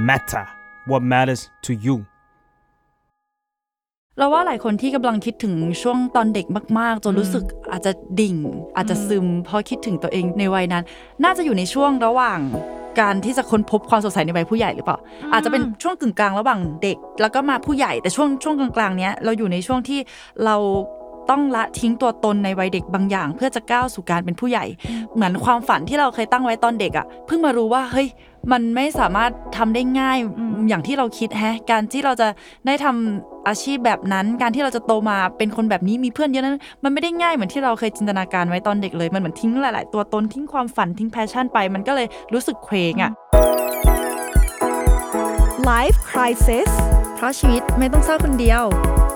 matter what matters to you เราว่าหลายคนที่กำลังคิดถึงช่วงตอนเด็กมากๆจนรู้สึกอาจจะดิ่งอาจจะซึมเพราะคิดถึงตัวเองในวัยนั้นน่าจะอยู่ในช่วงระหว่างการที่จะค้นพบความสดใสในวัยผู้ใหญ่หรือเปล่าอาจจะเป็นช่วงกึ่งกลางระหว่างเด็กแล้วก็มาผู้ใหญ่แต่ช่วงกลางๆเนี้ยเราอยู่ในช่วงที่เราต้องละทิ้งตัวตนในวัยเด็กบางอย่างเพื่อจะก้าวสู่การเป็นผู้ใหญ่เหมือนความฝันที่เราเคยตั้งไว้ตอนเด็กอ่ะเพิ่งมารู้ว่าเฮ้ยมันไม่สามารถทำได้ง่ายอย่างที่เราคิดการที่เราจะได้ทำอาชีพแบบนั้นการที่เราจะโตมาเป็นคนแบบนี้มีเพื่อนเยอะนั้นมันไม่ได้ง่ายเหมือนที่เราเคยจินตนาการไว้ตอนเด็กเลยมันเหมือนทิ้งหลายๆตัวตนทิ้งความฝันทิ้งแพชชั่นไปมันก็เลยรู้สึกเคว้งอ่ะ Life Crisis เพราะชีวิตไม่ต้องเศร้าคนเดียว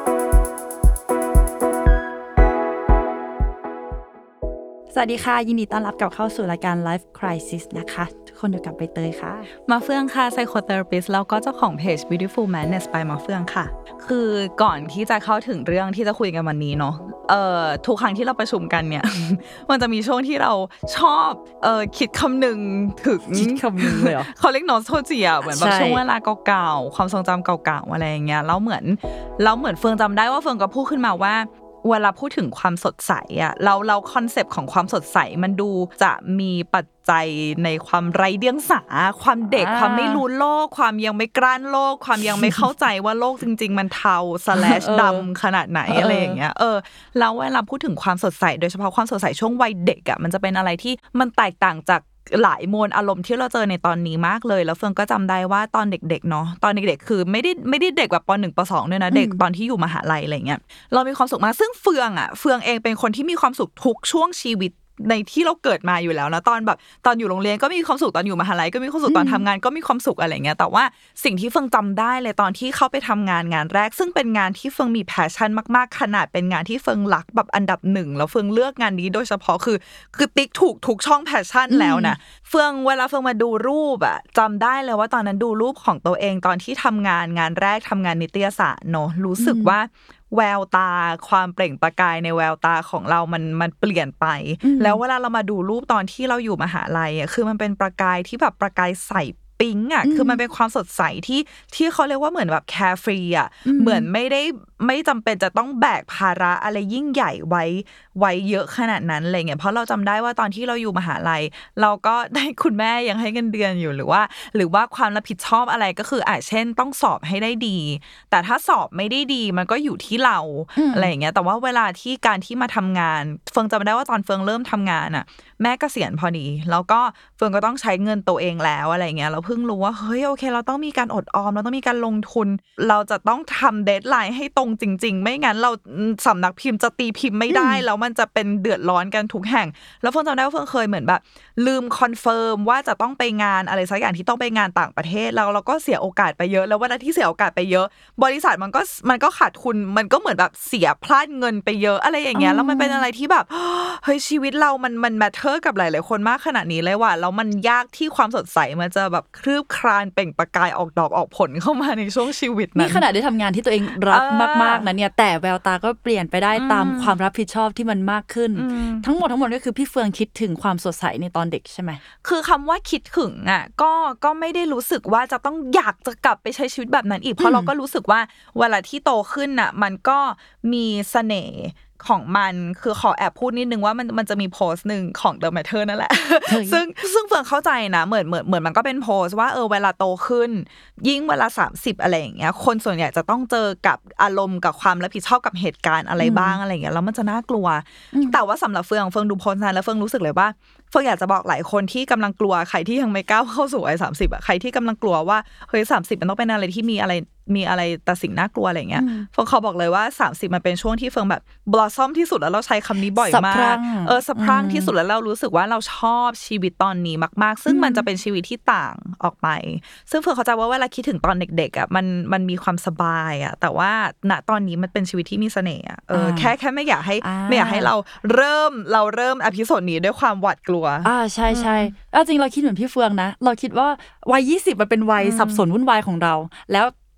สวัสดีค่ะยินดีต้อนรับกลับเข้าสู่รายการ Life Crisis นะคะทุกคนอยู่กับใบเตยค่ะมาเฟื่องค่ะ Psychotherapist แล้วก็เจ้าของเพจ Beautiful Madness by มาเฟื่องค่ะคือก่อนที่จะเข้าถึงเรื่องที่จะคุยกันวันนี้เนาะทุกครั้งที่เราประชุมกันเนี่ย มันจะมีช่วงที่เราชอบคิดคำนึงถึงคิดคำนึงเลยเหรอเขาเรียก nostalgia เหมือนแบบช่วงเวลาเก่าๆความทรงจำเก่าๆอะไรอย่างเงี้ยแล้วเหมือนเฟื่องจำได้ว่าเฟื่องก็พูดขึ้นมาว่าเวลาพูดถึงความสดใสอ่ะเราคอนเซปต์ของความสดใสมันดูจะมีปัจจัยในความไร้เดียงสาความเด็กความไม่รู้โลกความยังไม่กล้านโลกความยังไม่เข้าใจว่าโลกจริงๆมันเทา/ดำขนาดไหนอะไรอย่างเงี้ยแล้วเวลาพูดถึงความสดใสโดยเฉพาะความสดใสช่วงวัยเด็กอ่ะมันจะเป็นอะไรที่มันแตกต่างจากหลายมวลอารมณ์ที่เราเจอในตอนนี้มากเลยแล้วเฟืองก็จำได้ว่าตอนเด็กๆเนาะตอนเด็กๆคือไม่ได้เด็กแบบป.1 ป.2 ด้วยนะเด็กตอนที่อยู่มหาลัยอะไรเงี้ยเรามีความสุขมากซึ่งเฟืองเองเป็นคนที่มีความสุขทุกช่วงชีวิตในที่เราเกิดมาอยู่แล้วนะตอนอยู่โรงเรียนก็มีความสุขตอนอยู่มหาลัยก็มีความสุขตอนทำงานก็มีความสุขอะไรเงี้ยแต่ว่าสิ่งที่เฟืองจำได้เลยตอนที่เข้าไปทำงานแรกซึ่งเป็นงานที่เฟืองมีแพชชั่นมากๆขนาดเป็นงานที่เฟืองรักแบบอันดับ1แล้วเฟืองเลือกงานนี้โดยเฉพาะคือติ๊กถูกทุกช่องแพชชั่นแล้วนะเวลาเฟืองมาดูรูปอะจำได้เลยว่าตอนนั้นดูรูปของตัวเองตอนที่ทำงานแรกทำงานนิตยสารเนาะรู้สึกว่าแววตาความเปล่งประกายในแววตาของเรามันเปลี่ยนไปแล้วเวลาเรามาดูรูปตอนที่เราอยู่มหาลัยอ่ะคือมันเป็นประกายที่แบบประกายใสปิ๊งอ่ะคือมันเป็นความสดใสที่เขาเรียกว่าเหมือนแบบแคร์ฟรีอ่ะเหมือนไม่จำเป็นจะต้องแบกภาระอะไรยิ่งใหญ่ไว้เยอะขนาดนั้นอะไรเงี้ยเพราะเราจำได้ว่าตอนที่เราอยู่มหาลัยเราก็ได้คุณแม่ยังให้เงินเดือนอยู่หรือว่าความรับผิดชอบอะไรก็คือเช่นต้องสอบให้ได้ดีแต่ถ้าสอบไม่ได้ดีมันก็อยู่ที่เราอะไรอย่างเงี้ยแต่ว่าเวลาที่การที่มาทำงานเฟืองจำได้ว่าตอนเฟืองเริ่มทำงานอ่ะแม่เกษียณพอดีแล้วก็เฟืองก็ต้องใช้เงินตัวเองแล้วอะไรเงี้ยเราเพิ่งรู้ว่าเฮ้ยโอเคเราต้องมีการอดออมเราต้องมีการลงทุนเราจะต้องทำเดดไลน์ให้ตรงจริงๆไม่งั้นเราสำนักพิมพ์จะตีพิมพ์ไม่ได้แล้วมันจะเป็นเดือดร้อนกันทุกแห่งแล้วเฟืองจำได้ว่าเฟืองเคยเหมือนแบบลืมคอนเฟิร์มว่าจะต้องไปงานอะไรสักอย่างที่ต้องไปงานต่างประเทศแล้วเราก็เสียโอกาสไปเยอะแล้วเวลาที่เสียโอกาสไปเยอะบริษัทมันก็ขาดทุนมันก็เหมือนแบบเสียพลาดเงินไปเยอะอะไรอย่างเงี้ยแล้วมันเป็นอะไรที่แบบเฮ้ยชีวิตเรามันแมทเทอร์กับหลายๆคนมากขนาดนี้เลยว่ะแล้วมันยากที่ความสดใสมันจะแบบคลืบคลานเปล่งประกายออกดอกออกผลเข้ามาในช่วงชีวิตนั้นนี่ขณะได้ทำงานที่ตัวเองรักมากๆนะเนี่ยแต่แววตาก็เปลี่ยนไปได้ตามความรับผิดชอบที่มันมากขึ้นทั้งหมดก็คือพี่เฟืองคิดถึงความสดใสในตอนเด็กใช่ไหมคือคำว่าคิดถึงอ่ะก็ไม่ได้รู้สึกว่าจะต้องอยากจะกลับไปใช้ชีวิตแบบนั้นอีกเพราะเราก็รู้สึกว่าเวลาที่โตขึ้นน่ะมันก็มีเสน่ห์ของมันคือขอแอบพูดนิดนึงว่ามันจะมีโพสต์นึงของ The Matter นั่นแหละ ซึ่งเฟืองเข้าใจนะเหมือนมันก็เป็นโพสต์ว่าเวลาโตขึ้นยิ่งเวลา30อะไรอย่างเงี้ยคนส่วนใหญ่จะต้องเจอกับอารมณ์กับความรับผิดชอบกับเหตุการณ์อะไรบ้างอะไรอย่างเงี้ยแล้วมันจะน่ากลัวแต่ว่าสำหรับเฟืองดูโพสต์นั้นแล้วเฟืองรู้สึกเลยว่าเฟืองอยากจะบอกหลายคนที่กำลังกลัวใครที่ยังไม่ก้าวเข้าสู่วัย30อ่ะใครที่กำลังกลัวว่าเฮ้ย30มันต้องเป็นอะไรที่มีอะไรแต่สิ่งน่ากลัวอะไรเงี้ยเฟิงเขาบอกเลยว่า30มันเป็นช่วงที่เฟิงแบบบลอสซัมที่สุดแล้วเราใช้คำนี้บ่อยมากสะพรั่งที่สุดแล้วเรารู้สึกว่าเราชอบชีวิตตอนนี้มากๆซึ่งมันจะเป็นชีวิตที่ต่างออกไปซึ่งเฟิงเข้าใจว่าเวลาคิดถึงตอนเด็กๆอ่ะมันมีความสบายอ่ะแต่ว่าณตอนนี้มันเป็นชีวิตที่มีเสน่ห์แค่ไม่อยากให้เราเริ่มอพิโซดนี้ด้วยความหวาดกลัวใช่ๆจริงเราคิดเหมือนพี่เฟืองนะเราคิดว่าวัย20มันเป็นวัยสับสนวุ่นวายของเราแล้ว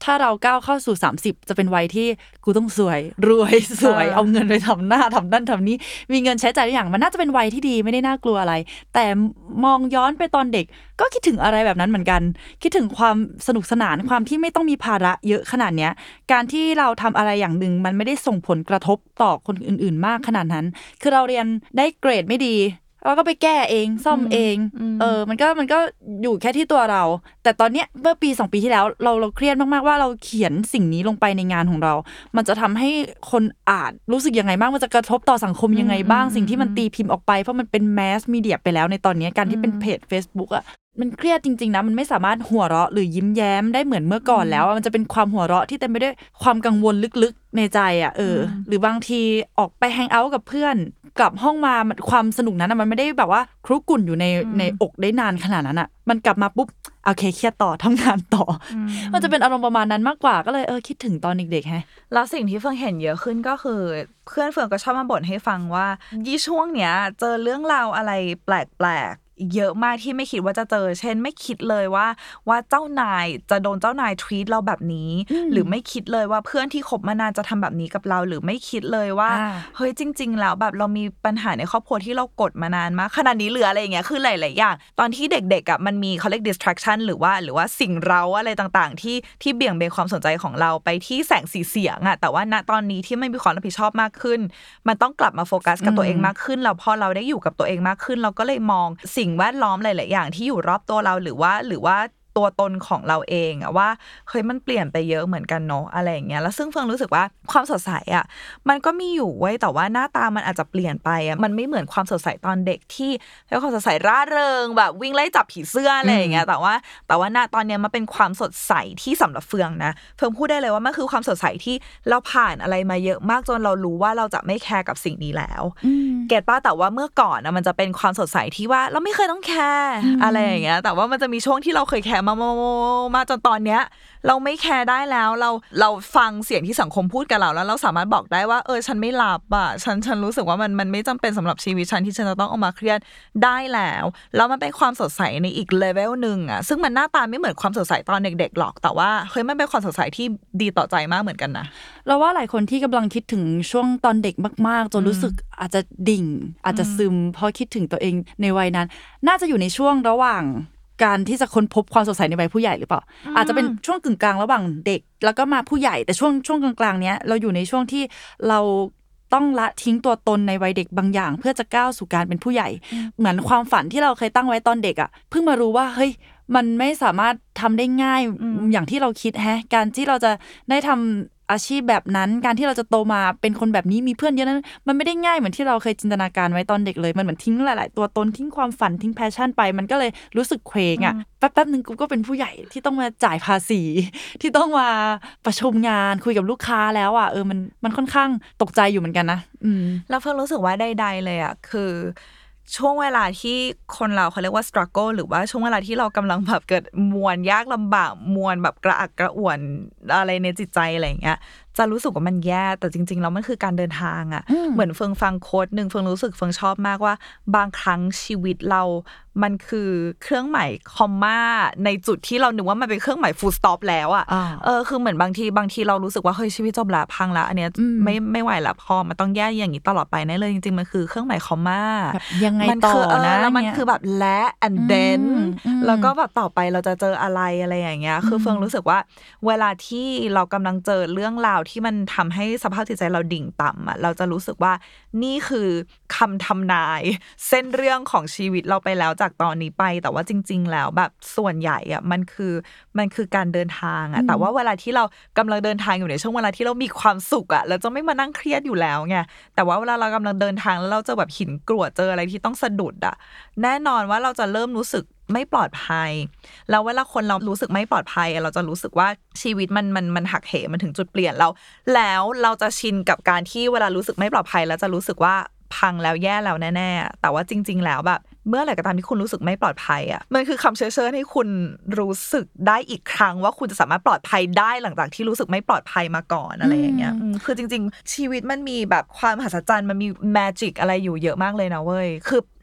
ถ้าเราก้าวเข้าสู่30จะเป็นวัยที่กูต้องสวยรวยสวยเอาเงินไปทำหน้าทำนั่นทำนี้มีเงินใช้จ่ายทุกอย่างมันน่าจะเป็นวัยที่ดีไม่ได้น่ากลัวอะไรแต่มองย้อนไปตอนเด็กก็คิดถึงอะไรแบบนั้นเหมือนกันคิดถึงความสนุกสนานความที่ไม่ต้องมีภาระเยอะขนาดเนี้ยการที่เราทำอะไรอย่างหนึ่งมันไม่ได้ส่งผลกระทบต่อคนอื่นๆมากขนาดนั้นคือเราเรียนได้เกรดไม่ดีเราก็ไปแก้เองซ่อมเองมันก็อยู่แค่ที่ตัวเราแต่ตอนเนี้ยเมื่อปี2ปีที่แล้วเราเครียดมากๆว่าเราเขียนสิ่งนี้ลงไปในงานของเรามันจะทำให้คนอ่านรู้สึกยังไงบ้างมันจะกระทบต่อสังคมยังไงบ้างสิ่งที่มันตีพิมพ์ออกไปเพราะมันเป็นแมสมีเดียไปแล้วในตอนนี้การที่เป็นเพจ Facebook อ่ะมันเครียดจริงๆนะมันไม่สามารถหัวเราะหรือยิ้มแย้มได้เหมือนเมื่อก่อนแล้วมันจะเป็นความหัวเราะที่เต็มไปด้วยความกังวลลึกๆในใจอ่ะหรือบางทีออกไปแฮงเอาท์กับเพื่อนกลับห้องมาความสนุกนั้นมันไม่ได้แบบว่าครุกุ่นอยู่ในอกได้นานขนาดนั้นอ่ะมันกลับมาปุ๊บโอเคเครียดต่อทำงานต่อมันจะเป็นอารมณ์ประมาณนั้นมากกว่าก็เลยคิดถึงตอนเด็กๆฮะแล้วสิ่งที่เฟืองเห็นเยอะขึ้นก็คือเพื่อนเฟืองก็ชอบมาบ่นให้ฟังว่ายี่ช่วงเนี้ยเจอเรื่องราวอะไรแปลกเยอะมากที่ไม่คิดว่าจะเจอเช่นไม่คิดเลยว่าเจ้านายจะโดนเจ้านายทรีตเราแบบนี้หรือไม่คิดเลยว่าเพื่อนที่คบมานานจะทำแบบนี้กับเราหรือไม่คิดเลยว่าเฮ้ยจริงๆแล้วแบบเรามีปัญหาในครอบครัวที่เรากดมานานมากขนาดนี้เหลืออะไรอย่างเงี้ยคือหลายๆอย่างตอนที่เด็กๆอ่ะมันมีเขาเรียก distraction หรือว่าสิ่งเร้าอะไรต่างๆที่เบี่ยงเบนความสนใจของเราไปที่แสงสีเสียงอ่ะแต่ว่าณตอนนี้ที่ไม่มีความรับผิดชอบมากขึ้นมันต้องกลับมาโฟกัสกับตัวเองมากขึ้นแล้วพอเราได้อยู่กับตัวเองมากขึ้นเราก็เลยมองสิ่งแวดล้อมหลายๆอย่างที่อยู่รอบตัวเราหรือว่าตัวตนของเราเองอะว่าเฮ้ยมันเปลี่ยนไปเยอะเหมือนกันเนาะอะไรอย่างเงี้ยแล้วซึ่งเฟืองรู้สึกว่าความสดใสอะมันก็มีอยู่ไว้แต่ว่าหน้าตามันอาจจะเปลี่ยนไปอะมันไม่เหมือนความสดใสตอนเด็กที่เป็นความสดใสร่าเริงแบบวิ่งไล่จับผีเสื้ออะไรอย่างเงี้ยแต่ว่าณตอนเนี้ยมันเป็นความสดใสที่สำหรับเฟืองนะเฟืองพูดได้เลยว่ามันคือความสดใสที่เราผ่านอะไรมาเยอะมากจนเรารู้ว่าเราจะไม่แคร์กับสิ่งนี้แล้วเก็ทป่ะแต่ว่าเมื่อก่อนนะมันจะเป็นความสดใสที่ว่าเราไม่เคยต้องแคร์อะไรอย่างเงี้ยแต่ว่ามันจะมีช่วงที่เราเคยแคร์มาจนตอนเนี้ยเราไม่แคร์ได้แล้วเราฟังเสียงที่สังคมพูดกับเราแล้วเราสามารถบอกได้ว่าฉันไม่หลับอ่ะฉันรู้สึกว่ามันไม่จำเป็นสำหรับชีวิตฉันที่ฉันจะต้องเอามาเครียดได้แล้วมันเป็นความสดใสในอีกเลเวลนึงอ่ะซึ่งมันหน้าตาไม่เหมือนความสดใสตอนเด็กๆหรอกแต่ว่าเฮ้ยมันเป็นความสดใสที่ดีต่อใจมากเหมือนกันนะเราว่าหลายคนที่กำลังคิดถึงช่วงตอนเด็กมากๆจนรู้สึกอาจจะดิ่งอาจจะซึมเพราะคิดถึงตัวเองในวัยนั้นน่าจะอยู่ในช่วงระหว่างการที่จะค้นพบความสดใสในวัยผู้ใหญ่หรือเปล่าอาจจะเป็นช่วงกึ่งกลางระหว่างเด็กแล้วก็มาผู้ใหญ่แต่ช่วงกลางๆเนี้ยเราอยู่ในช่วงที่เราต้องละทิ้งตัวตนในวัยเด็กบางอย่างเพื่อจะก้าวสู่การเป็นผู้ใหญ่เหมือนความฝันที่เราเคยตั้งไว้ตอนเด็กอ่ะเพิ่งมารู้ว่าเฮ้ยมันไม่สามารถทำได้ง่ายอย่างที่เราคิดการที่เราจะได้ทำอาชีพแบบนั้นการที่เราจะโตมาเป็นคนแบบนี้มีเพื่อนเยอะนั้นมันไม่ได้ง่ายเหมือนที่เราเคยจินตนาการไว้ตอนเด็กเลยมันเหมือนทิ้งหลายๆตัวตนทิ้งความฝันทิ้งแพชชั่นไปมันก็เลยรู้สึกเคว้งอ่ะแป๊บๆนึงกูก็เป็นผู้ใหญ่ที่ต้องมาจ่ายภาษีที่ต้องมาประชุมงานคุยกับลูกค้าแล้วอ่ะมันค่อนข้างตกใจอยู่เหมือนกันนะแล้วเพิ่งรู้สึกว่าใดๆเลยอ่ะคือช่วงเวลาที่คนเราเขาเรียกว่า struggle หรือว่าช่วงเวลาที่เรากำลังแบบเกิดมวลยากลำบากมวลแบบกระอักกระอ่วนอะไรในจิตใจอะไรอย่างเงี้ยจะรู้สึกว่ามันแย่แต่จริงๆแล้วมันคือการเดินทางอ่ะเหมือนเฟืองฟังโค้ดนึงเฟืองรู้สึกเฟืองชอบมากว่าบางครั้งชีวิตเรามันคือเครื่องหมายคอมมาในจุดที่เรานึกว่ามันเป็นเครื่องหมาย full stop แล้วอ่ะคือเหมือนบางทีเรารู้สึกว่าเฮ้ยชีวิตจบละพังละอันเนี้ยไม่ไหวละพอมันต้องแย่อย่างนี้ตลอดไปแน่เลยจริงๆมันคือเครื่องหมายคอมมายังไงต่อนะแล้วมันคือแบบและ and then แล้วก็แบบต่อไปเราจะเจออะไรอย่างเงี้ยคือเฟืองรู้สึกว่าเวลาที่เรากำลังเจอเรื่องราวที่มันทำให้สภาพจิตใจเราดิ่งต่ำอ่ะเราจะรู้สึกว่านี่คือคำทำนายเส้นเรื่องของชีวิตเราไปแล้วจากตอนนี้ไปแต่ว่าจริงๆแล้วแบบส่วนใหญ่อ่ะมันคือการเดินทางอ่ะแต่ว่าเวลาที่เรากำลังเดินทางอยู่ในช่วงเวลาที่เรามีความสุขอ่ะเราจะไม่มานั่งเครียดอยู่แล้วไงแต่ว่าเวลาเรากำลังเดินทางแล้วเราเจอแบบหินกรวดเจออะไรที่ต้องสะดุดอ่ะแน่นอนว่าเราจะเริ่มรู้สึกไม่ปลอดภัยแล้วเวลาคนเรารู้สึกไม่ปลอดภัยเราจะรู้สึกว่าชีวิตมันหักเหมันถึงจุดเปลี่ยนแล้วเราจะชินกับการที่เวลารู้สึกไม่ปลอดภัยแล้วจะรู้สึกว่าพังแล้วแย่แล้วแน่ๆแต่ว่าจริงๆแล้วแบบเมื่อไหร่ก็ตามที่คุณรู้สึกไม่ปลอดภัยอ่ะมันคือคำเชิญให้คุณรู้สึกได้อีกครั้งว่าคุณจะสามารถปลอดภัยได้หลังจากที่รู้สึกไม่ปลอดภัยมาก่อนอะไรอย่างเงี้ยคือจริงๆชีวิตมันมีแบบความมหัศจรรย์มันมีแมจิกอะไรอยู่เยอะมากเลยนะเว้ยคือ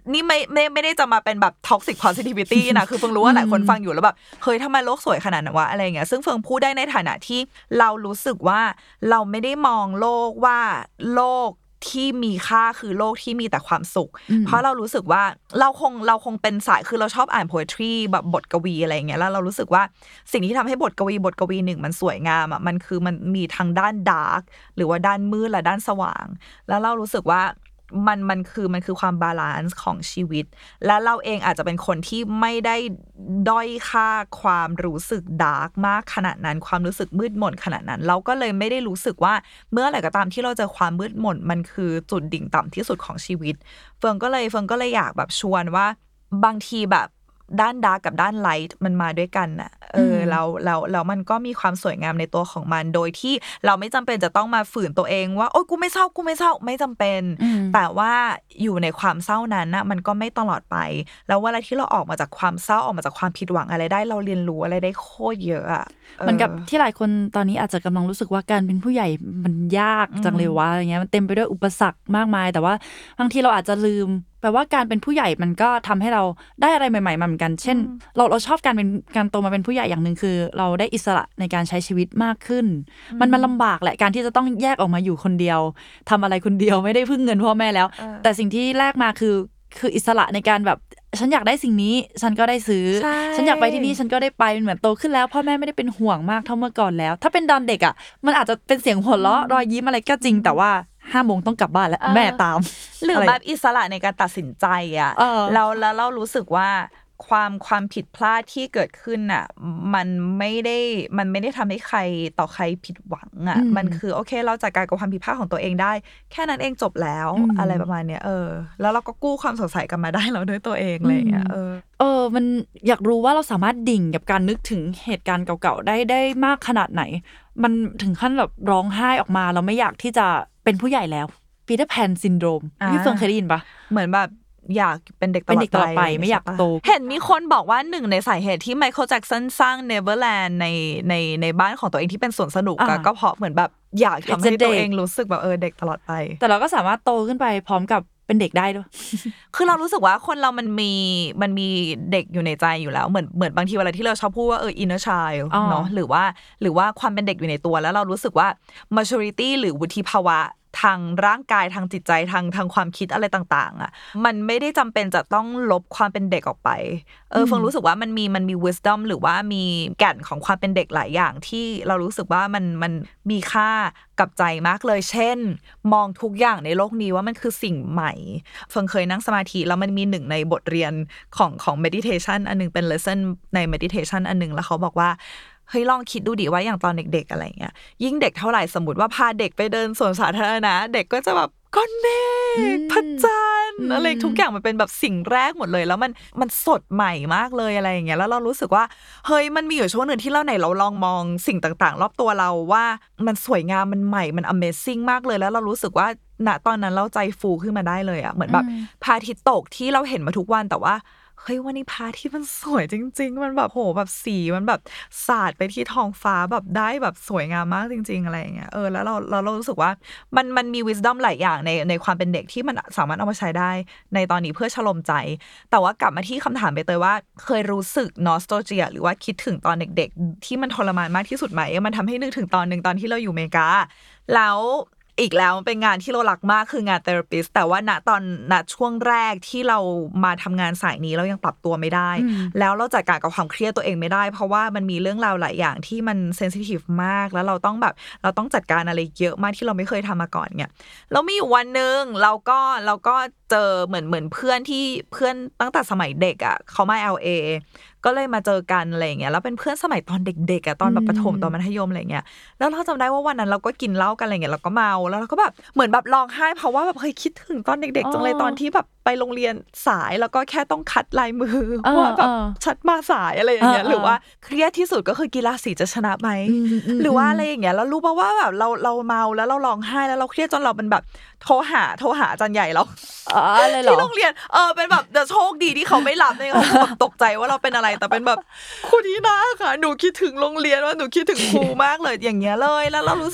นี่ไม่ได้จะมาเป็นแบบ toxic positivity นะคือเฟิงรู้ว่าหลายคนฟังอยู่แล้วแบบเฮ้ยทำไมโลกสวยขนาดนั้นวะอะไรเงี้ยซึ่งเฟิงพูดได้ในฐานะที่เรารู้สึกว่าเราไม่ได้มองโลกว่าโลกที่มีค่าคือโลกที่มีแต่ความสุขเพราะเรารู้สึกว่าเราคงเป็นสายคือเราชอบอ่าน poetry แบบบทกวีอะไรอย่างเงี้ยแล้วเรารู้สึกว่าสิ่งที่ทำให้บทกวีหนึ่งมันสวยงามอ่ะมันคือมันมีทั้งด้านดาร์กหรือว่าด้านมืดและด้านสว่างแล้วเรารู้สึกว่ามันคือความบาลานซ์ของชีวิตและเราเองอาจจะเป็นคนที่ไม่ได้ด้อยค่าความรู้สึกดาร์กมากขนาดนั้นความรู้สึกมืดมนขนาดนั้นเราก็เลยไม่ได้รู้สึกว่าเมื่อไหร่ก็ตามที่เราเจอความมืดมนมันคือจุดดิ่งต่ำที่สุดของชีวิตเฟิงก็เลยอยากแบบชวนว่าบางทีแบบด้านดาร์กกับด้านไลท์มันมาด้วยกันน่ะแล้วมันก็มีความสวยงามในตัวของมันโดยที่เราไม่จำเป็นจะต้องมาฝืนตัวเองว่าโอ๊ยกูไม่เศร้าไม่จำเป็นแต่ว่าอยู่ในความเศร้านั้นน่ะมันก็ไม่ตลอดไปแล้วเวลาที่เราออกมาจากความเศร้าออกมาจากความผิดหวังอะไรได้เราเรียนรู้อะไรได้โคตรเยอะอ่ะเหมือนกับที่หลายคนตอนนี้อาจจะกำลังรู้สึกว่าการเป็นผู้ใหญ่มันยากจังเลยวะอะไรเงี้ยมันเต็มไปด้วยอุปสรรคมากมายแต่ว่าบางทีเราอาจจะลืมแปลว่าการเป็นผู้ใหญ่มันก็ทำให้เราได้อะไรใหม่ๆมาเหมือนกันเช่นเราชอบการโตมาเป็นผู้ใหญ่อย่างนึงคือเราได้อิสระในการใช้ชีวิตมากขึ้นมันลำบากแหละการที่จะต้องแยกออกมาอยู่คนเดียวทำอะไรคนเดียวไม่ได้พึ่งเงินพ่อแม่แล้วแต่สิ่งที่แรกมาคืออิสระในการแบบฉันอยากได้สิ่งนี้ฉันก็ได้ซื้อฉันอยากไปที่นี่ฉันก็ได้ไปเป็นเหมือนโตขึ้นแล้วพ่อแม่ไม่ได้เป็นห่วงมากเท่าเมื่อก่อนแล้วถ้าเป็นตอนเด็กอ่ะมันอาจจะเป็นเสียงหัวเราะรอยยิ้มอะไรก็จริงแต่ว่า5 โมงต้องกลับบ้านแล้วแม่ตามหรือแบบอิสระในการตัดสินใจอ่ะแล้วเรารู้สึกว่าความผิดพลาดที่เกิดขึ้นน่ะมันไม่ได้ทำให้ใครต่อใครผิดหวังอ่ะมันคือโอเคเราจัดการกับความผิดพลาดของตัวเองได้แค่นั้นเองจบแล้วอะไรประมาณเนี้ยแล้วเราก็กู้ความสดใสกลับมาได้เราด้วยตัวเองอะไรอย่างเงี้ยมันอยากรู้ว่าเราสามารถดิ่งกับการนึกถึงเหตุการณ์เก่าๆได้มากขนาดไหนมันถึงขั้นแบบร้องไห้ออกมาเราไม่อยากที่จะเป็นผู้ใหญ่แล้วปีเตอร์แพนซินโดรมพี่เฟิงเคยได้ยินปะเหมือนแบบอยากเป็นเด็กตลอดไปไม่อยากโตเห็นมีคนบอกว่าหนึ่งในสาเหตุที่ไมเคิลแจ็คสันสร้างเนเวอร์แลนด์ในบ้านของตัวเองที่เป็นสวนสนุกก็เพราะเหมือนแบบอยากทำให้ตัวเองรู้สึกแบบเด็กตลอดไปแต่เราก็สามารถโตขึ้นไปพร้อมกับเป็นเด็กได้ด้วยคือเรารู้สึกว่าคนเรามันมีเด็กอยู่ในใจอยู่แล้วเหมือนบางทีเวลาที่เราชอบพูดว่าinner child เนาะหรือว่าความเป็นเด็กอยู่ในตัวแล้วเรารู้สึกว่า maturity หรือวุฒิภาวะทางร่างกายทางจิตใจทางความคิดอะไรต่างๆอ่ะมันไม่ได้จำเป็นจะต้องลบความเป็นเด็กออกไปเฟิงรู้สึกว่ามันมี wisdom หรือว่ามีแก่นของความเป็นเด็กหลายอย่างที่เรารู้สึกว่ามันมีค่ากับใจมากเลยเช่นมองทุกอย่างในโลกนี้ว่ามันคือสิ่งใหม่เฟิงเคยนั่งสมาธิแล้วมันมีหนึ่งในบทเรียนของ meditation อันนึงเป็น lesson ใน meditation อันนึงแล้วเขาบอกว่าเฮ้ยลองคิดดูดิว่าอย่างตอนเด็กๆอะไรเงี้ยยิ่งเด็กเท่าไหร่สมมติว่าพาเด็กไปเดินสวนสาธารณะเด็กก็จะแบบก้อนเมฆพระจันทร์อะไรทุกอย่างมันเป็นแบบสิ่งแรกหมดเลยแล้วมันสดใหม่มากเลยอะไรอย่างเงี้ยแล้วเรารู้สึกว่าเฮ้ยมันมีอยู่ช่วงนึงที่เราลองมองสิ่งต่างๆรอบตัวเราว่ามันสวยงามมันใหม่มัน Amazing มากเลยแล้วเรารู้สึกว่าณตอนนั้นเราใจฟูขึ้นมาได้เลยอ่ะเหมือนแบบพระอาทิตย์ตกที่เราเห็นมาทุกวันแต่ว่าเฮ้ยวันนี้พระอาทิตย์มันสวยจริงๆมันแบบโหแบบสีมันแบบสาดไปที่ท้องฟ้าแบบได้แบบสวยงามมากจริงๆอะไรอย่างเงี้ยแล้วเรารู้สึกว่ามันมี wisdom หลายอย่างในความเป็นเด็กที่มันสามารถเอามาใช้ได้ในตอนนี้เพื่อชโลมใจแต่ว่ากลับมาที่คำถามไปเตยว่าเคยรู้สึก nostalgia หรือว่าคิดถึงตอนเด็กๆที่มันทรมานมากที่สุดไหมมันทำให้นึกถึงตอนนึงตอนที่เราอยู่อเมริกาแล้วอีกแล้วมันเป็นงานที่เรารักมากคืองานเทอราปิสต์แต่ว่าณช่วงแรกที่เรามาทำงานสายนี้เรายังปรับตัวไม่ได้แล้วเราจัดการกับความเครียดตัวเองไม่ได้เพราะว่ามันมีเรื่องราวหลายอย่างที่มันเซนซิทีฟมากแล้วเราต้องจัดการอะไรเยอะมากที่เราไม่เคยทำมาก่อนเนี่ยแล้วมีอยู่วันนึงเราก็เจอเหมือนเพื่อนตั้งแต่สมัยเด็กอ่ะเขามา LA ก็เลยมาเจอกันอะไรอย่างเงี้ยแล้วเป็นเพื่อนสมัยตอนเด็กๆอ่ะตอนแบบประถมตอนมัธยมอะไรเงี้ยแล้วเราจำได้ว่าวันนั้นเราก็กินเหล้ากันอะไรเงี้ยเราก็เมาแล้วเราก็แบบเหมือนแบบร้องไห้เพราะว่าแบบเคยคิดถึงตอนเด็กๆจังเลยตอนที่แบบไปโรงเรียนสายแล้วก็แค่ต้องคัดลายมือว่าแบบชัดมาสายอะไรอย่างเงี้ยหรือว่าเครียดที่สุดก็คือกีฬาสีจะชนะไหมหรือว่าอะไรอย่างเงี้ยแล้วรู้ป่ะว่าแบบเราเมาแล้วเราร้องไห้แล้วเราเครียดจนเราเป็นแบบโทรหาอาจารย์ใหญ่เราที่โรงเรียนเป็นแบบโชคดีที่เขาไม่รับเลยเขาตกใจว่าเราเป็นอะไรแต่เป็นแบบครูนีน่าค่ะหนูคิดถึงโรงเรียนว่าหนูคิดถึงครูมากเลยอย่างเงี้ยเลยแล้วเรารู้สึกว่า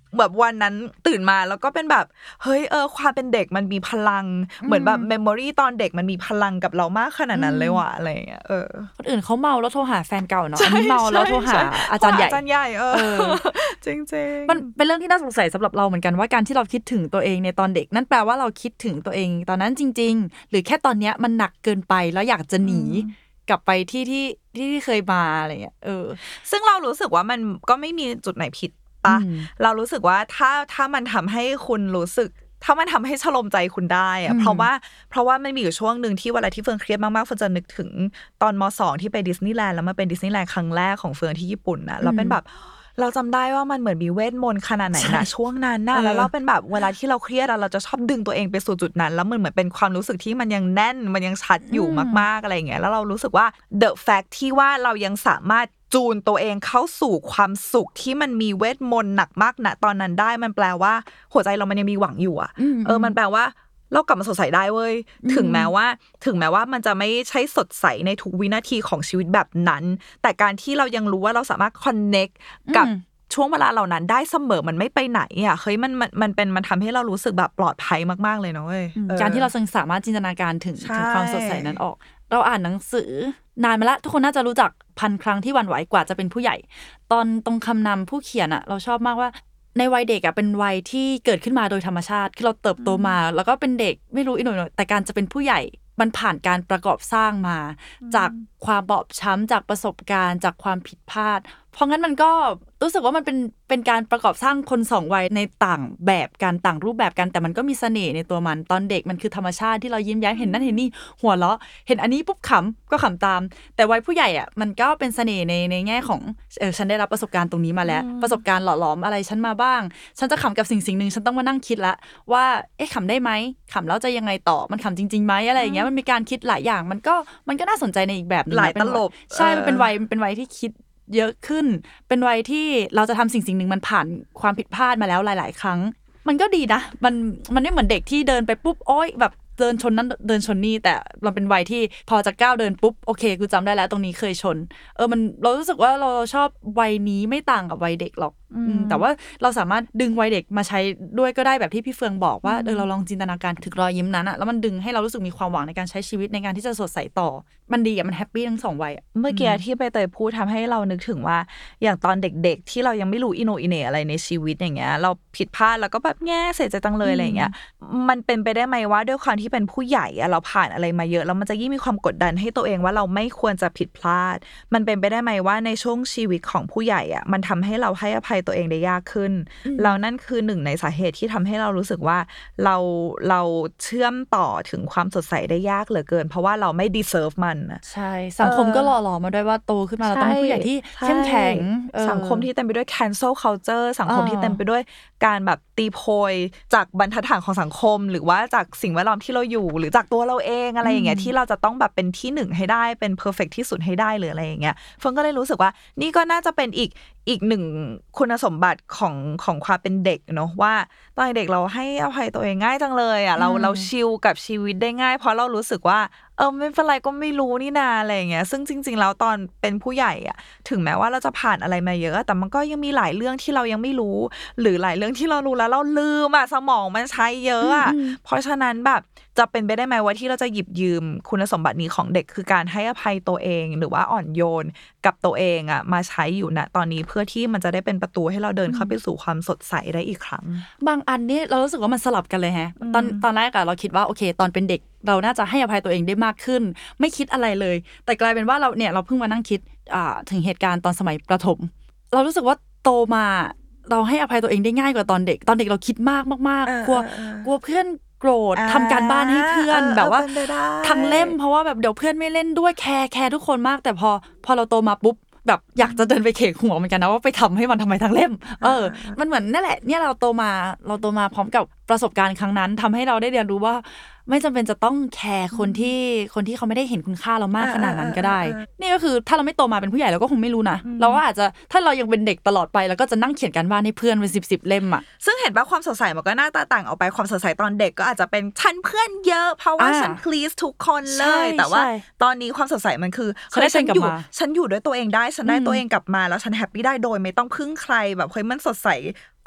แบบวันนั้นตื่นมาแล้วก็เป็นแบบเฮ้ยความเป็นเด็กมันมีพลังเหมือนแบบเมมโมรี่ตอนเด็กมันมีพลังกับเรามากขนาดนั้นเลยว่ะอะไรอย่างเงี้ยคนอื่นเขาเมาแล้วโทรหาแฟนเก่าเนาะอันนี้เมาแล้วโทรหาอาจารย์ใหญ่จริงๆมันเป็นเรื่องที่น่าสงสัยสำหรับเราเหมือนกันว่าการที่เราคิดถึงตัวเองในตอนเด็กนั่นแปลว่าเราคิดถึงตัวเองตอนนั้นจริงๆหรือแค่ตอนเนี้ยมันหนักเกินไปแล้วอยากจะหนีกลับไปที่เคยมาอะไรเงี้ยซึ่งเรารู้สึกว่ามันก็ไม่มีจุดไหนผิดปะเรารู้สึกว่าถ้ามันทำให้คุณรู้สึกถ้ามันทำให้ชโลมใจคุณได้อะเพราะว่ามันมีอยู่ช่วงนึงที่เวลาที่เฟิร์นเครียดมากๆเฟิร์นจะนึกถึงตอนม.2 ที่ไปดิสนีย์แลนด์แล้วมันเป็นดิสนีย์แลนด์ครั้งแรกของเฟิร์นที่ญี่ปุ่นนะแล้วเป็นแบบเราจำได้ว่ามันเหมือนมีเวทมนต์ขนาดไหนนะช่วงนั้นนะแล้วเราเป็นแบบเวลาที่เราเครียดเราจะชอบดึงตัวเองไปสู่จุดนั้นแล้วมันเหมือนเป็นความรู้สึกที่มันยังแน่นมันยังชัดอยู่มากๆอะไรอย่างเงี้ยแล้วเรารู้สึกว่า the fact ที่ว่าเรายังสามารถจูนตัวเองเข้าสู่ความสุขที่มันมีเวทมนต์หนักมากณตอนนั้นได้มันแปลว่าหัวใจเรามันยังมีหวังอยู่อ่ะมันแปลว่าเรากลับมาสดใสได้เว้ยถึงแม้ว่ามันจะไม่ใช่สดใสในทุกวินาทีของชีวิตแบบนั้นแต่การที่เรายังรู้ว่าเราสามารถคอนเนคกับช่วงเวลาเหล่านั้นได้เสมอมันไม่ไปไหนอ่ะเฮ้ยมันทำให้เรารู้สึกแบบปลอดภัยมากๆเลยนะเว้ยการที่เราสามารถจินตนาการถึงความสดใสนั้นออกเราอ่านหนังสือนานมาละทุกคนน่าจะรู้จัก1,000 ครั้งที่หวั่นไหวกว่าจะเป็นผู้ใหญ่ตอนตรงคำนำผู้เขียนอ่ะเราชอบมากว่าในวัยเด็กอ่ะเป็นวัยที่เกิดขึ้นมาโดยธรรมชาติคือเราเติบโตมาแล้วก็เป็นเด็กไม่รู้อีหน่อยแต่การจะเป็นผู้ใหญ่มันผ่านการประกอบสร้างมาจากความบอบช้ำจากประสบการณ์จากความผิดพลาดเพราะงั้นมันก็รู้สึกว่ามันเป็นการประกอบสร้างคน2วัยในต่างแบบกันต่างรูปแบบกันแต่มันก็มีเสน่ห์ในตัวมันตอนเด็กมันคือธรรมชาติที่เรายิ้มแย้มเห็นนั่นเห็นนี่หัวเราะเห็นอันนี้ปุ๊บขำก็ขำตามแต่วัยผู้ใหญ่อ่ะมันก็เป็นเสน่ห์ในแง่ของฉันได้รับประสบการณ์ตรงนี้มาแล้วประสบการณ์หล่อหลอมอะไรฉันมาบ้างฉันจะขำกับสิ่งนึงฉันต้องมานั่งคิดละว่าขำได้ไหมขำแล้วจะยังไงต่อมันขำจริงๆไหมอะไรอย่างเงี้ยมันมีการคิดหลายอย่างมันก็น่าสนใจในอีกแบบนึงหลายตลบใช่มันเป็นวัยที่คิดเยอะขึ้นเป็นวัยที่เราจะทำสิ่งนึงมันผ่านความผิดพลาดมาแล้วหลายๆครั้งมันก็ดีนะมันไม่เหมือนเด็กที่เดินไปปุ๊บโอ๊ยแบบเดินชนนั้นเดินชนนี่แต่เราเป็นวัยที่พอจะก้าวเดินปุ๊บโอเคกูจำได้แล้วตรงนี้เคยชนมันเรารู้สึกว่าเราชอบวัยนี้ไม่ต่างกับวัยเด็กหรอกแต่ว่าเราสามารถดึงวัยเด็กมาใช้ด้วยก็ได้แบบที่พี่เฟืองบอกว่าเราลองจินตนาการถึงรอยยิ้มนั้นอะแล้วมันดึงให้เรารู้สึกมีความหวังในการใช้ชีวิตในการที่จะสดใสต่อมันดีอะมันแฮปปี้ทั้ง2วัยเมื่อกี้ที่ไปเตยพูดทำให้เรานึกถึงว่าอย่างตอนเด็กๆที่เรายังไม่รู้อิโนอิเนอะไรในชีวิตอย่างเงี้ยเราผิดพลาดแล้วก็แบบแง่เสียใจจังเลยอะไรอย่างเงี้ยมันเป็นไปได้ไหมว่าด้วยความที่เป็นผู้ใหญ่อะเราผ่านอะไรมาเยอะแล้วมันจะยิ่งมีความกดดันให้ตัวเองว่าเราไม่ควรจะผิดพลาดมันเป็นไปได้ไหมว่าในช่วงชีวิตของผู้ใหญ่อะมันทำให้เราให้อภัยตัวเองได้ยากขึ้นแล้วนั่นคือหนึ่งในสาเหตุที่ทำให้เรารู้สึกว่าเราเชื่อมต่อถึงความสดใสได้ยากเหลือเกินเพราะว่าเราไม่ deserve มันใช่สังคมก็หล่อหลอมมาด้วยว่าโตขึ้นมาเราต้องเป็นผู้ใหญ่ที่เข้มแข็งสังคมที่เต็มไปด้วย cancel culture สังคมที่เต็มไปด้วยการแบบตีโพยจากบรรทัดฐานของสังคมหรือว่าจากสิ่งแวดล้อมที่เราอยู่หรือจากตัวเราเองอะไรอย่างเงี้ยที่เราจะต้องแบบเป็นที่1ให้ได้เป็น perfect ที่สุดให้ได้หรืออะไรอย่างเงี้ยเฟิร์นก็เลยรู้สึกว่านี่ก็น่าจะเป็นอีกหนึ่งคุณสมบัติของความเป็นเด็กเนาะว่าตอนเด็กเราให้อภัยตัวเองง่ายจังเลยอ่ะเราชิลกับชีวิตได้ง่ายเพราะเรารู้สึกว่าไม่เป็นไรก็ไม่รู้นี่นาอะไรอย่างเงี้ยซึ่งจริงๆแล้วตอนเป็นผู้ใหญ่อ่ะถึงแม้ว่าเราจะผ่านอะไรมาเยอะแต่มันก็ยังมีหลายเรื่องที่เรายังไม่รู้หรือหลายเรื่องที่เรารู้แล้วเราลืมอ่ะสมองมันใช้เยอะอ่ะเพราะฉะนั้นแบบจะเป็นไปได้ไหมว่าที่เราจะหยิบยืมคุณสมบัตินี้ของเด็กคือการให้อภัยตัวเองหรือว่าอ่อนโยนกับตัวเองอ่ะมาใช้อยู่ณตอนนี้เพื่อที่มันจะได้เป็นประตูให้เราเดินเข้าไปสู่ความสดใสได้อีกครั้งบางอันนี่เรารู้สึกว่ามันสลับกันเลยฮะตอนแรกอะเราคิดว่าโอเคตอนเป็นเด็กเราน่าจะให้อภัยตัวเองได้มากขึ้นไม่คิดอะไรเลยแต่กลายเป็นว่าเราเพิ่งมานั่งคิดถึงเหตุการณ์ตอนสมัยประถมเรารู้สึกว่าโตมาเราให้อภัยตัวเองได้ง่ายกว่าตอนเด็กเราคิดมากกลัวเพื่อนโกรธทำการบ้านให้เพื่อนแบบว่าทั้งเล่มเพราะว่าแบบเดี๋ยวเพื่อนไม่เล่นด้วยแคร์ทุกคนมากแต่พอเราโตมาปุ๊บแบบอยากจะเดินไปเขกหัวเหมือนกันนะว่าไปทำให้มันทำไมทั้งเล่มมันเหมือนนั่นแหละเนี่ยเราโตมาพร้อมกับประสบการณ์ครั้งนั้นทำให้เราได้เรียนรู้ว่าไม่จำเป็นจะต้องแคร์คนที่เขาไม่ได้เห็นคุณค่าเรามากขนาดนั้นก็ได้นี่ก็คือถ้าเราไม่โตมาเป็นผู้ใหญ่เราก็คงไม่รู้นะเราก็อาจจะถ้าเรายังเป็นเด็กตลอดไปแล้วก็จะนั่งเขียนการบ้านให้เพื่อนเป็น10เล่มอ่ะซึ่งเห็นว่าความสดใสมันก็หน้าตาต่างออกไปความสดใสตอนเด็กก็อาจจะเป็นฉันเพื่อนเยอะเพราะว่าฉัน please ทุกคนเลยแต่ว่าตอนนี้ความสดใสมันคือฉันอยู่ด้วยตัวเองได้ฉันได้ตัวเองกลับมาแล้วฉันแฮปปี้ได้โดยไม่ต้องพึ่งใครแบบเฮ้ยมันสดใส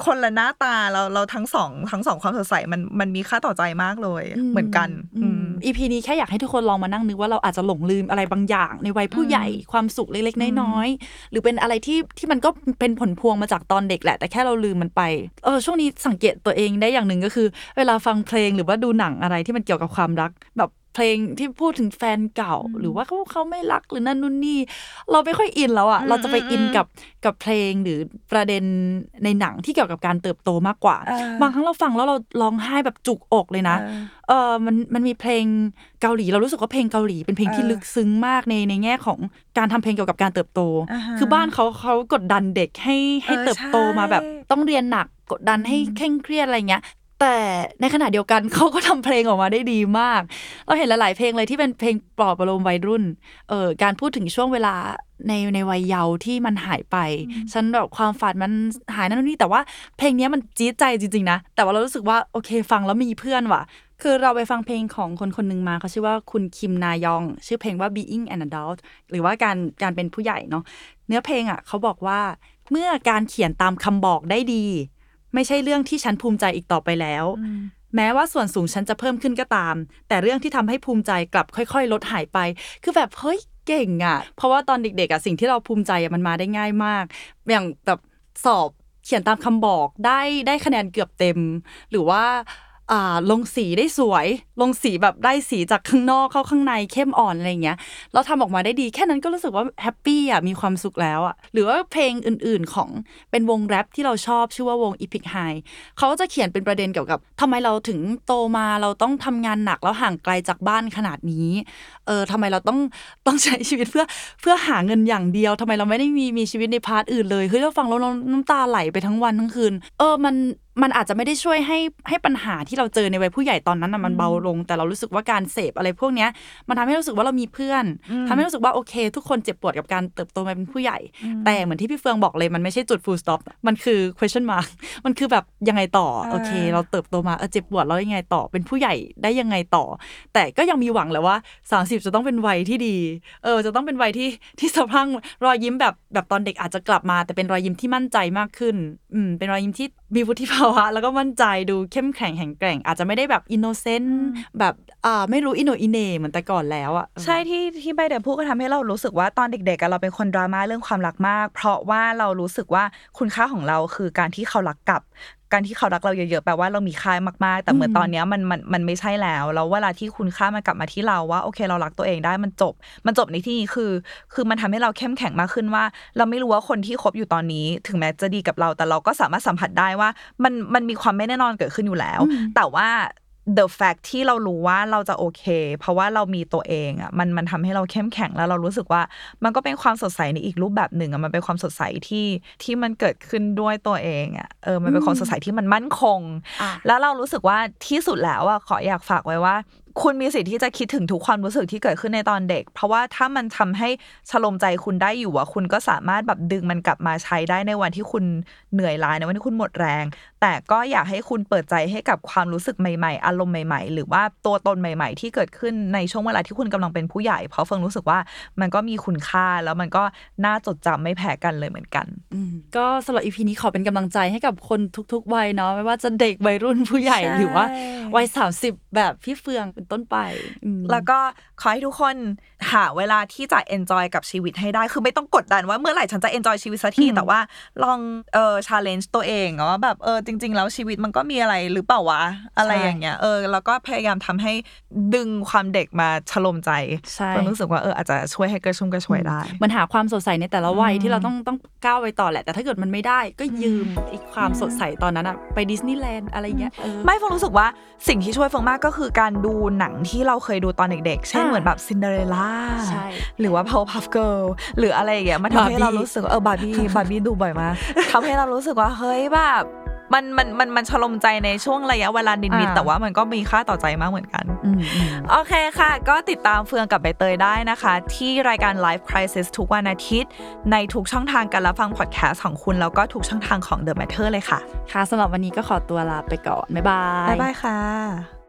คนละหน้าตาเราทั้งสองความสดใสมันมีค่าต่อใจมากเลยเหมือนกัน EP นี้แค่อยากให้ทุกคนลองมานั่งนึกว่าเราอาจจะหลงลืมอะไรบางอย่างในวัยผู้ใหญ่ความสุขเล็กๆน้อยๆหรือเป็นอะไรที่มันก็เป็นผลพวงมาจากตอนเด็กแหละแต่แค่เราลืมมันไปช่วงนี้สังเกตตัวเองได้อย่างหนึ่งก็คือเวลาฟังเพลงหรือว่าดูหนังอะไรที่มันเกี่ยวกับความรักแบบเพลงที่พูดถึงแฟนเก่าหรือว่าเขาไม่รักหรือนั่นนู่นนี่เราไม่ค่อยอินแล้วอ่ะเราจะไปอินกับเพลงหรือประเด็นในหนังที่เกี่ยวกับการเติบโตมากกว่าบางครั้งเราฟังแล้วเราร้องไห้แบบจุกอกเลยนะมันมีเพลงเกาหลีเรารู้สึกว่าเพลงเกาหลีเป็นเพลงที่ลึกซึ้งมากในแง่ของการทำเพลงเกี่ยวกับการเติบโตคือบ้านเขากดดันเด็กให้เติบโตมาแบบต้องเรียนหนักกดดันให้เคร่งเครียดอะไรเงี้ยแต่ในขณะเดียวกันเขาก็ทำเพลงออกมาได้ดีมากเราเห็นหลายๆเพลงเลยที่เป็นเพลงปลอบประโลมวัยรุ่นการพูดถึงช่วงเวลาในวัยเยาว์ที่มันหายไปฉันแบบความฝันมันหายนั่นนี่แต่ว่าเพลงนี้มันจี๊ดใจจริงๆนะแต่ว่าเรารู้สึกว่าโอเคฟังแล้วมีเพื่อนว่ะคือเราไปฟังเพลงของคนนึงมาเขาชื่อว่าคุณคิมนายองชื่อเพลงว่า Being an Adult หรือว่าการเป็นผู้ใหญ่เนาะเนื้อเพลงอ่ะเขาบอกว่าเมื่อการเขียนตามคำบอกได้ดีไม่ใช่เรื่องที่ฉันภูมิใจอีกต่อไปแล้วแม้ว่าส่วนสูงฉันจะเพิ่มขึ้นก็ตามแต่เรื่องที่ทำให้ภูมิใจกลับค่อยๆลดหายไปคือแบบเฮ้ยเก่งอ่ะเพราะว่าตอนเด็กๆอ่ะสิ่งที่เราภูมิใจมันมาได้ง่ายมากอย่างแบบสอบเขียนตามคำบอกได้คะแนนเกือบเต็มหรือว่าลงสีได้สวยลงสีแบบได้สีจากข้างนอกเข้าข้างในเข้มอ่อนอะไรอย่างเงี้ยเราทำออกมาได้ดีแค่นั้นก็รู้สึกว่าแฮปปี้อ่ะมีความสุขแล้วอ่ะหรือว่าเพลงอื่นๆของเป็นวงแรปที่เราชอบชื่อว่าวง Epic High เขาจะเขียนเป็นประเด็นเกี่ยวกับทำไมเราถึงโตมาเราต้องทำงานหนักแล้วห่างไกลจากบ้านขนาดนี้ทำไมเราต้องใช้ชีวิตเพื่อหาเงินอย่างเดียวทำไมเราไม่ได้มีชีวิตในพาร์ทอื่นเลยเฮ้ยเราฟังแล้วน้ำตาไหลไปทั้งวันทั้งคืนมันอาจจะไม่ได้ช่วยให้ปัญหาที่เราเจอในวัยผู้ใหญ่ตอนนั้นมันเบาลงแต่เรารู้สึกว่าการเสพอะไรพวกเนี้ยมันทำให้รู้สึกว่าเรามีเพื่อนทำให้รู้สึกว่าโอเคทุกคนเจ็บปวดกับการเติบโตมาเป็นผู้ใหญ่แต่เหมือนที่พี่เฟืองบอกเลยมันไม่ใช่จุด full stop มันคือ question mark มันคือแบบยังไงต่อโอเคเราเติบโตมาเจ็บปวดแล้วยังไงต่อเป็นผู้ใหญ่ได้ยังไงต่อแต่ก็ยังมีหวังแหละว่า30จะต้องเป็นวัยที่ดีจะต้องเป็นวัยที่สะพรั่งรอยยิ้มแบบตอนเด็กอาจจะกลับมาแต่เป็นรอยยิ้มที่มั่นใจมากขึ้นเป็นรอยยิ้มที่มีวุฒิภาวะแล้วก็มั่นใจดูเข้มแข็งแข็งแกร่งอาจจะไม่ได้แบบอินโนเซนต์แบบไม่รู้อินโนอินเนเหมือนแต่ก่อนแล้วอ่ะใช่ที่ใบเดพูดก็ทำให้เรารู้สึกว่าตอนเด็กๆเราเป็นคนดราม่าเรื่องความรักมากเพราะว่าเรารู้สึกว่าคุณค่าของเราคือการที่เขารักกับการที่เขารักเราเยอะๆแปลว่าเรามีค่ามากๆแต่เหมือนตอนนี้มันไม่ใช่แล้วเวลาที่คุณค่ามันกลับมาที่เราว่าโอเคเรารักตัวเองได้มันจบในที่นี้คือมันทำให้เราเข้มแข็งมากขึ้นว่าเราไม่รู้ว่าคนที่คบอยู่ตอนนี้ถึงแม้จะดีกับเราแต่เราก็สามารถสัมผัสได้ว่ามันมีความไม่แน่นอนเกิดขึ้นอยู่แล้วแต่ว่าthe fact ที่เรารู้ว่าเราจะโอเคเพราะว่าเรามีตัวเองอ่ะมันทำให้เราเข้มแข็งแล้วเรารู้สึกว่ามันก็เป็นความสดใสในอีกรูปแบบหนึ่งอ่ะมันเป็นความสดใสที่มันเกิดขึ้นด้วยตัวเองอ่ะมันเป็นความสดใสที่มันมั่นคงแล้วเรารู้สึกว่าที่สุดแล้วอ่ะขออยากฝากไว้ว่าคุณมีสิทธิ์ที่จะคิดถึงทุกความรู้สึกที่เกิดขึ้นในตอนเด็กเพราะว่าถ้ามันทำให้ชโลมใจคุณได้อยู่อ่ะคุณก็สามารถแบบดึงมันกลับมาใช้ได้ในวันที่คุณเหนื่อยล้าในวันที่คุณหมดแรงแต่ก็อยากให้คุณเปิดใจให้กับความรู้สึกใหม่ๆอารมณ์ใหม่ๆหรือว่าตัวตนใหม่ๆที่เกิดขึ้นในช่วงเวลาที่คุณกำลังเป็นผู้ใหญ่เพราะเฟิงรู้สึกว่ามันก็มีคุณค่าแล้วมันก็น่าจดจำไม่แพ้กันเลยเหมือนกันก็สำหรับ EP นี้ขอเป็นกำลังใจให้กับคนทุกๆวัยเนาะไม่ว่าจะเด็กวัยรุ่นผู้ใหญ่หรือว่าวัย30แบบพี่เฟืองเป็นต้นไปแล้วก็ขอให้ทุกคนหาเวลาที่จะ enjoy กับชีวิตให้ได้คือไม่ต้องกดดันว่าเมื่อไหร่ฉันจะ enjoy ชีวิตสักทีแต่ว่าลองchallenge ตัวเองว่าแบบจริงๆแล้วชีวิตมันก็มีอะไรหรือเปล่าวะอะไรอย่างเงี้ยแล้วก็พยายามทำให้ดึงความเด็กมาชโลมใจเพิ่งรู้สึกว่าอาจจะช่วยให้กระชุ่มกระชวยได้มันหาความสดใสในแต่ละวัยที่เราต้องก้าวไปต่อแหละแต่ถ้าเกิดมันไม่ได้ก็ยืมอีกความสดใสตอนนั้นอะไปดิสนีย์แลนด์อะไรเงี้ยไม่เฟิงรู้สึกว่าสิ่งที่ช่วยเฟิงมากก็คือการดูหนังที่เราเคยดูตอนเด็กๆเช่นเหมือนแบบซินเดอเรลล่าหรือว่า Powerpuff Girl หรืออะไรอย่างเงี้ยมันทำให้เรารู้สึกบาร์บี้ดูบ่อยมากทำให้เรารู้สึกว่าเฮ้ยแบบมันชโลมใจในช่วงระยะเวลานิดๆแต่ว่ามันก็มีค่าต่อใจมากเหมือนกันโอเคค่ะก็ติดตามเฟืองกับใบเตยได้นะคะที่รายการ Life Crisis ทุกวันอาทิตย์ในทุกช่องทางการรับฟังพอดแคสต์ของคุณแล้วก็ทุกช่องทางของ The Matter เลยค่ะค่ะสำหรับวันนี้ก็ขอตัวลาไปก่อนบ๊ายบายค่ะ